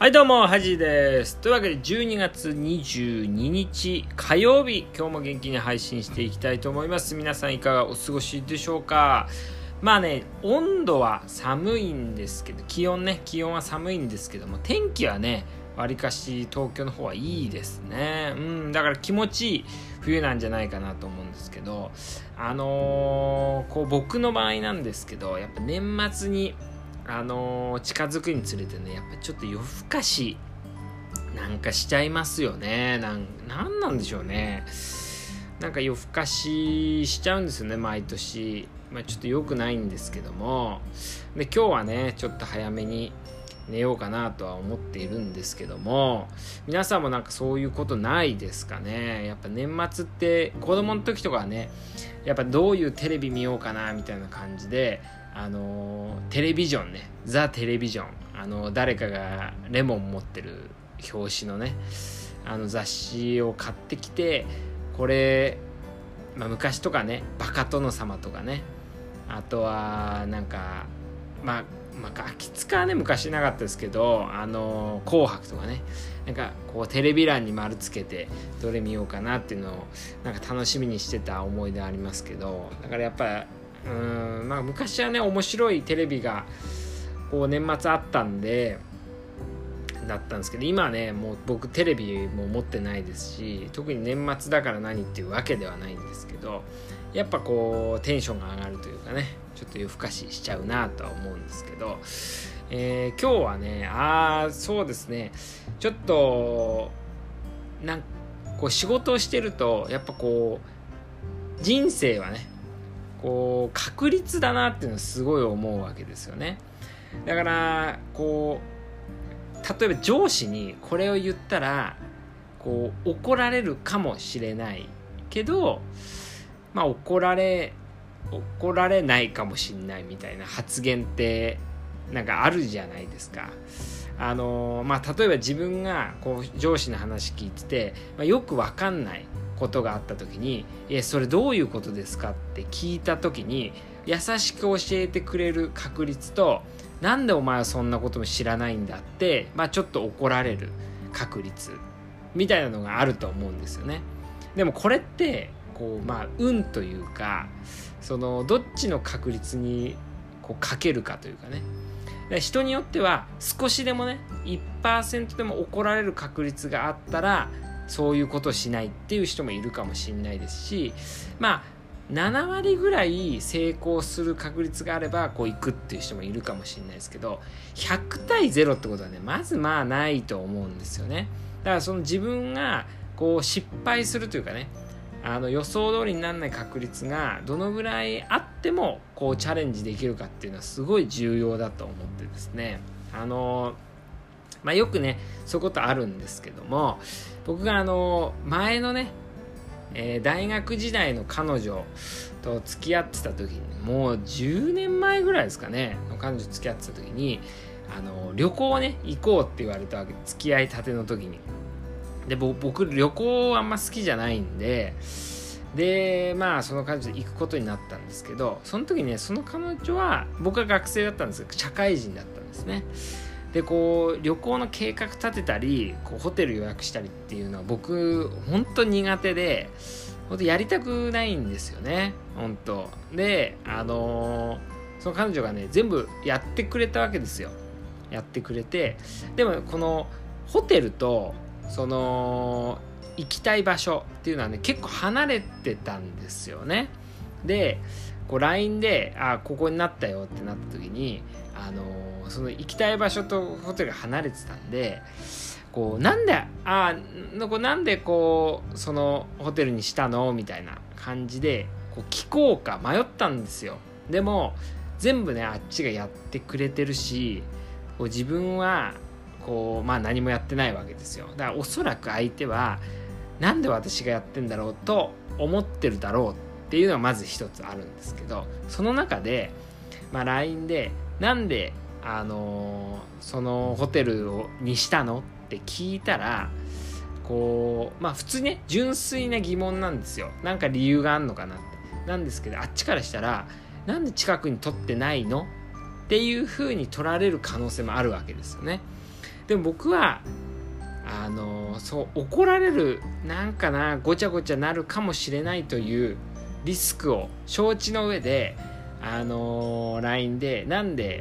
はいどうもはじです。というわけで12月22日火曜日、今日も元気に配信していきたいと思います。皆さんいかがお過ごしでしょうか。まあね、温度は寒いんですけど、気温は寒いんですけども、天気はねわりかし東京の方はいいですね。だから気持ちいい冬なんじゃないかなと思うんですけど、こう僕の場合なんですけど、やっぱ年末に近づくにつれてね、やっぱちょっと夜更かしなんかしちゃいますよね。なんでしょうね。なんか夜更かししちゃうんですよね、毎年。ちょっと良くないんですけども、で今日はねちょっと早めに寝ようかなとは思っているんですけども、皆さんもなんかそういうことないですかね。やっぱ年末って子供の時とかはね、やっぱどういうテレビ見ようかなみたいな感じで、テレビジョンね、ザ・テレビジョン、誰かがレモン持ってる表紙のね雑誌を買ってきて、これ、昔とかねバカ殿様とかね、あとはなんかガキツカはね昔なかったですけど、紅白とかね、なんかこうテレビ欄に丸つけてどれ見ようかなっていうのをなんか楽しみにしてた思い出ありますけど、だからやっぱ昔はね面白いテレビがこう年末あったんでだったんですけど、今はねもう僕テレビも持ってないですし、特に年末だから何っていうわけではないんですけど、やっぱこうテンションが上がるというかね、ちょっと夜更かししちゃうなとは思うんですけど、今日はねそうですね、ちょっとこう仕事をしてるとやっぱこう人生はねこう確率だなっていうのをすごい思うわけですよね。だからこう例えば上司にこれを言ったらこう怒られるかもしれないけど、怒られないかもしれないみたいな発言ってなんかあるじゃないですか。例えば自分がこう上司の話聞いてて、よく分かんないことがあった時にそれどういうことですかって聞いた時に優しく教えてくれる確率と、なんでお前はそんなことも知らないんだって、ちょっと怒られる確率みたいなのがあると思うんですよね。でもこれってこう運というか、そのどっちの確率にこうかけるかというかね、人によっては少しでもね 1% でも怒られる確率があったらそういうことをしないっていう人もいるかもしれないですし、7割ぐらい成功する確率があればこう行くっていう人もいるかもしれないですけど、100対0ってことはねまずないと思うんですよね。だからその自分がこう失敗するというかね、予想通りにならない確率がどのぐらいあってもこうチャレンジできるかっていうのはすごい重要だと思ってですね、よくねそういうことあるんですけども、僕が前のね、大学時代の彼女と付き合ってた時に、もう10年前ぐらいですかねの彼女と付き合ってた時に旅行をね行こうって言われたわけ、付き合いたての時に。で僕旅行あんま好きじゃないんでその彼女と行くことになったんですけど、その時ねその彼女は僕は学生だったんですけど社会人だったんですね。でこう旅行の計画立てたりこうホテル予約したりっていうのは僕本当苦手で、本当やりたくないんですよね本当で、その彼女がね全部やってくれたわけですよ。やってくれて、でもこのホテルとその行きたい場所っていうのはね結構離れてたんですよね。でこう LINE でここになったよってなった時にその行きたい場所とホテルが離れてたんで、こうなんでこうそのホテルにしたのみたいな感じでこう聞こうか迷ったんですよ。でも全部ねあっちがやってくれてるし、こう自分はこう何もやってないわけですよ。だからおそらく相手はなんで私がやってんだろうと思ってるだろうっていうのはまず一つあるんですけど、その中で、LINE でなんでそのホテルにしたのって聞いたら、こう普通ね純粋な疑問なんですよ。なんか理由があんのかなってなんですけど、あっちからしたらなんで近くに取ってないのっていう風に取られる可能性もあるわけですよね。 でも僕はそう怒られるごちゃごちゃなるかもしれないというリスクを承知の上でLINE でなんで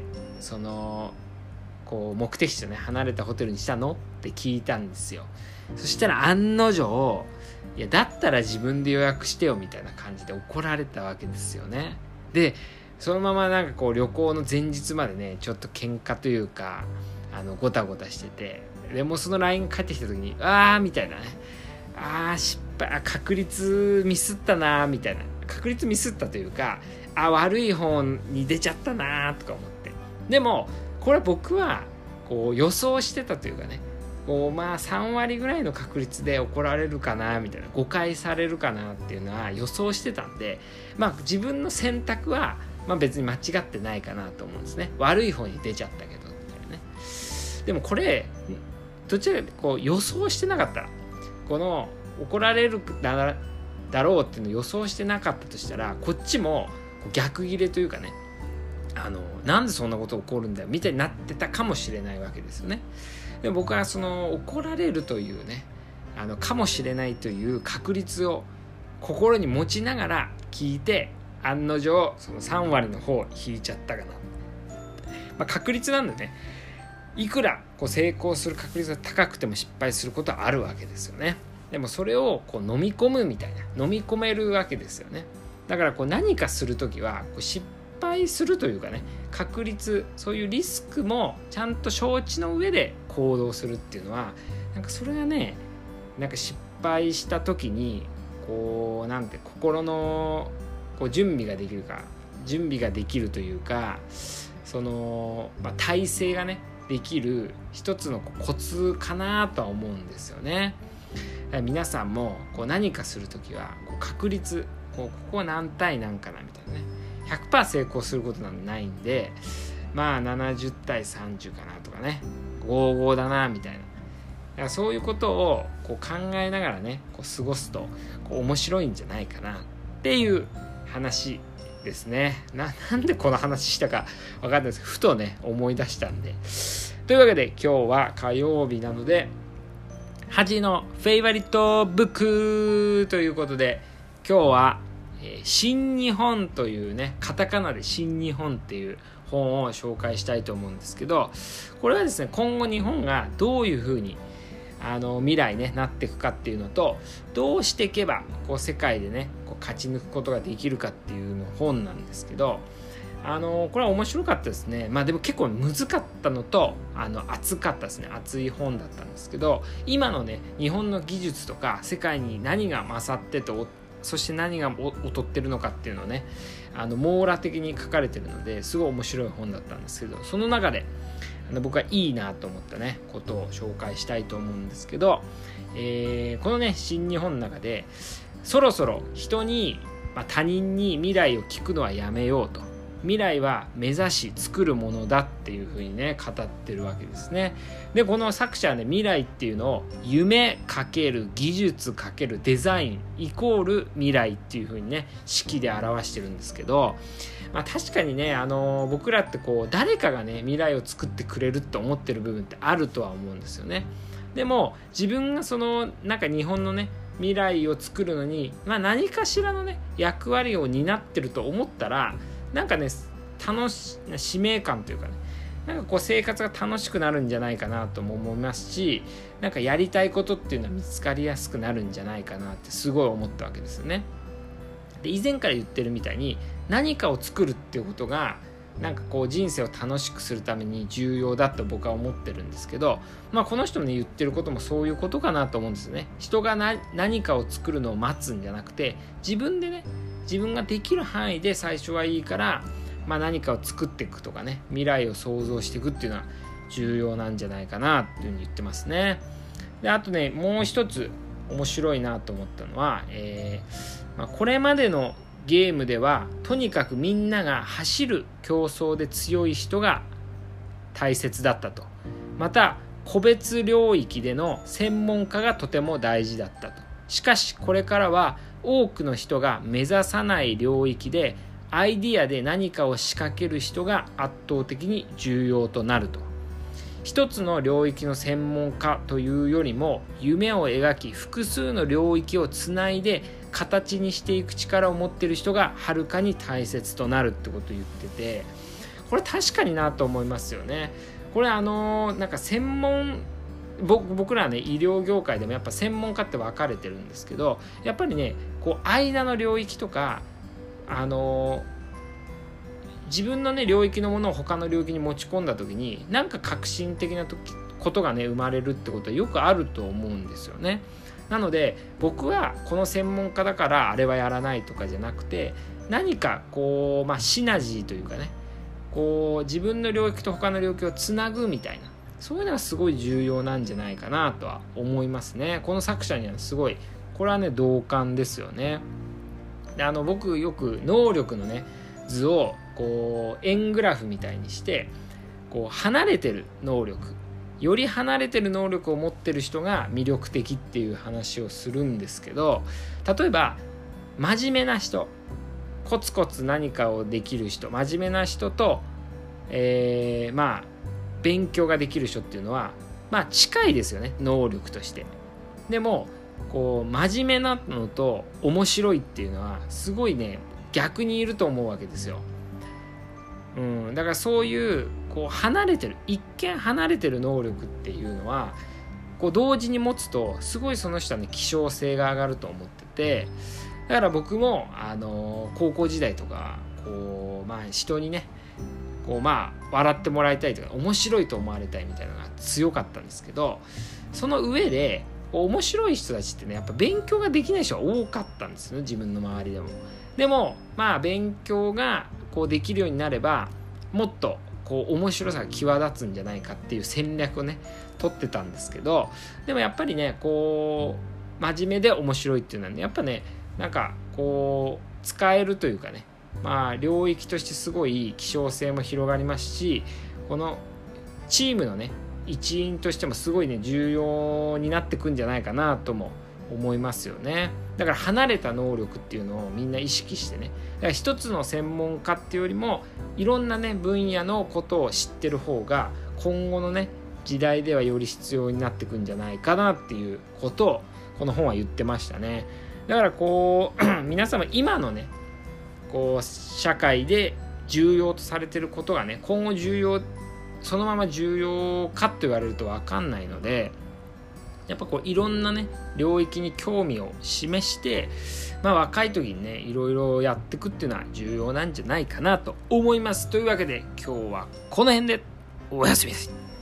こう目的地とね離れたホテルにしたのって聞いたんですよ。そしたら案の定、いやだったら自分で予約してよみたいな感じで怒られたわけですよね。でそのままこう旅行の前日までねちょっと喧嘩というかごたごたしてて、でもその LINE が返ってきた時にみたいなね、失敗、確率ミスったなみたいな、確率ミスったというか悪い方に出ちゃったなとか思って、でもこれは僕はこう予想してたというかね、3割ぐらいの確率で怒られるかなみたいな、誤解されるかなっていうのは予想してたんで、自分の選択は別に間違ってないかなと思うんですね。悪い方に出ちゃったけどみたいなね。でもこれどちらかこう予想してなかったら、この怒られるだろうっていうのを予想してなかったとしたら、こっちも逆ギレというかね、なんでそんなこと起こるんだよみたいになってたかもしれないわけですよね。でも僕は怒られるというねかもしれないという確率を心に持ちながら聞いて、案の定その3割の方引いちゃったかな、確率なんでね、いくらこう成功する確率が高くても失敗することはあるわけですよね。でもそれをこう飲み込むみたいな、飲み込めるわけですよね。だからこう何かするときはこう失敗するというかね、確率、そういうリスクもちゃんと承知の上で行動するっていうのは、それがね失敗したときにこう心のこう準備ができるというか、体制がねできる一つのコツかなとは思うんですよね。皆さんもこう何かするときはこう確率、ここは何対何かなみたいなね、100% 成功することなんてないんで、70対30かなとかね、55だなみたいな、だからそういうことをこう考えながらねこう過ごすとこう面白いんじゃないかなっていう話ですね。なんでこの話したか分かんないですけど、ふとね思い出したんで。というわけで今日は火曜日なので、ハジのフェイバリットブックということで、今日は新日本というね、カタカナで新日本っていう本を紹介したいと思うんですけど、これはですね、今後日本がどういうふうに未来ねなっていくかっていうのと、どうしていけばこう世界でねこう勝ち抜くことができるかっていうの本なんですけど、これは面白かったですね。でも結構難かったのと熱かったですね。熱い本だったんですけど、今のね日本の技術とか世界に何が勝ってと、そして何が劣ってるのかっていうのをね網羅的に書かれてるので、すごい面白い本だったんですけど、その中で僕はいいなと思ったねことを紹介したいと思うんですけど、このね新日本の中で、そろそろ人に、他人に未来を聞くのはやめようと、未来は目指し作るものだっていう風にね語ってるわけですね。でこの作者はね、未来っていうのを夢×技術×デザインイコール未来っていう風にね式で表してるんですけど、確かにね僕らってこう誰かがね未来を作ってくれるって思ってる部分ってあるとは思うんですよね。でも自分が日本のね未来を作るのに、何かしらのね役割を担ってると思ったら、使命感というかね、こう生活が楽しくなるんじゃないかなとも思いますし、やりたいことっていうのは見つかりやすくなるんじゃないかなってすごい思ったわけですよね。で以前から言ってるみたいに、何かを作るっていうことがこう人生を楽しくするために重要だと僕は思ってるんですけど、この人の言ってることもそういうことかなと思うんですよね。人が何かを作るのを待つんじゃなくて、自分でね自分ができる範囲で最初はいいから、何かを作っていくとかね、未来を想像していくっていうのは重要なんじゃないかなっていうふうに言ってますね。であとね、もう一つ面白いなと思ったのは、これまでのゲームではとにかくみんなが走る競争で強い人が大切だったと。また個別領域での専門家がとても大事だったと。しかしこれからは多くの人が目指さない領域でアイディアで何かを仕掛ける人が圧倒的に重要となると一つの領域の専門家というよりも夢を描き複数の領域をつないで形にしていく力を持っている人がはるかに大切となるってことを言ってて、これ確かになと思いますよね。これなんか専門僕らね医療業界でもやっぱ専門家って分かれてるんですけど、やっぱりねこう間の領域とか自分のね領域のものを他の領域に持ち込んだ時になんか革新的なことがね生まれるってことはよくあると思うんですよね。なので僕はこの専門家だからあれはやらないとかじゃなくて、何かこうシナジーというかね、こう自分の領域と他の領域をつなぐみたいな、そういうのがすごい重要なんじゃないかなとは思いますね。この作者にはすごいこれはね同感ですよね。で僕よく能力のね図をこう円グラフみたいにしてこう離れてる能力、より離れてる能力を持ってる人が魅力的っていう話をするんですけど、例えば真面目な人、コツコツ何かをできる人、真面目な人と、勉強ができる人っていうのは近いですよね、能力として。でもこう真面目なのと面白いっていうのはすごいね逆にいると思うわけですよ。だからそういうこう離れてる、一見離れてる能力っていうのはこう同時に持つとすごいその人はね希少性が上がると思ってて、だから僕も高校時代とかこう人にねこう笑ってもらいたいとか面白いと思われたいみたいなのが強かったんですけど、その上で面白い人たちってねやっぱ勉強ができない人が多かったんですよね、自分の周りでも。でも勉強がこうできるようになればもっとこう面白さが際立つんじゃないかっていう戦略をね取ってたんですけど、でもやっぱりねこう真面目で面白いっていうのはねやっぱねなんかこう使えるというかね、領域としてすごい希少性も広がりますし、このチームのね一員としてもすごいね重要になってくんじゃないかなとも思いますよね。だから離れた能力っていうのをみんな意識してね、だから一つの専門家っていうよりもいろんなね分野のことを知ってる方が今後のね時代ではより必要になってくんじゃないかなっていうことをこの本は言ってましたね。だからこう皆様今のねこう社会で重要とされてることがね今後そのまま重要かと言われると分かんないので、やっぱこういろんなね領域に興味を示して、若い時にねいろいろやっていくっていうのは重要なんじゃないかなと思います。というわけで今日はこの辺でおやすみなさい。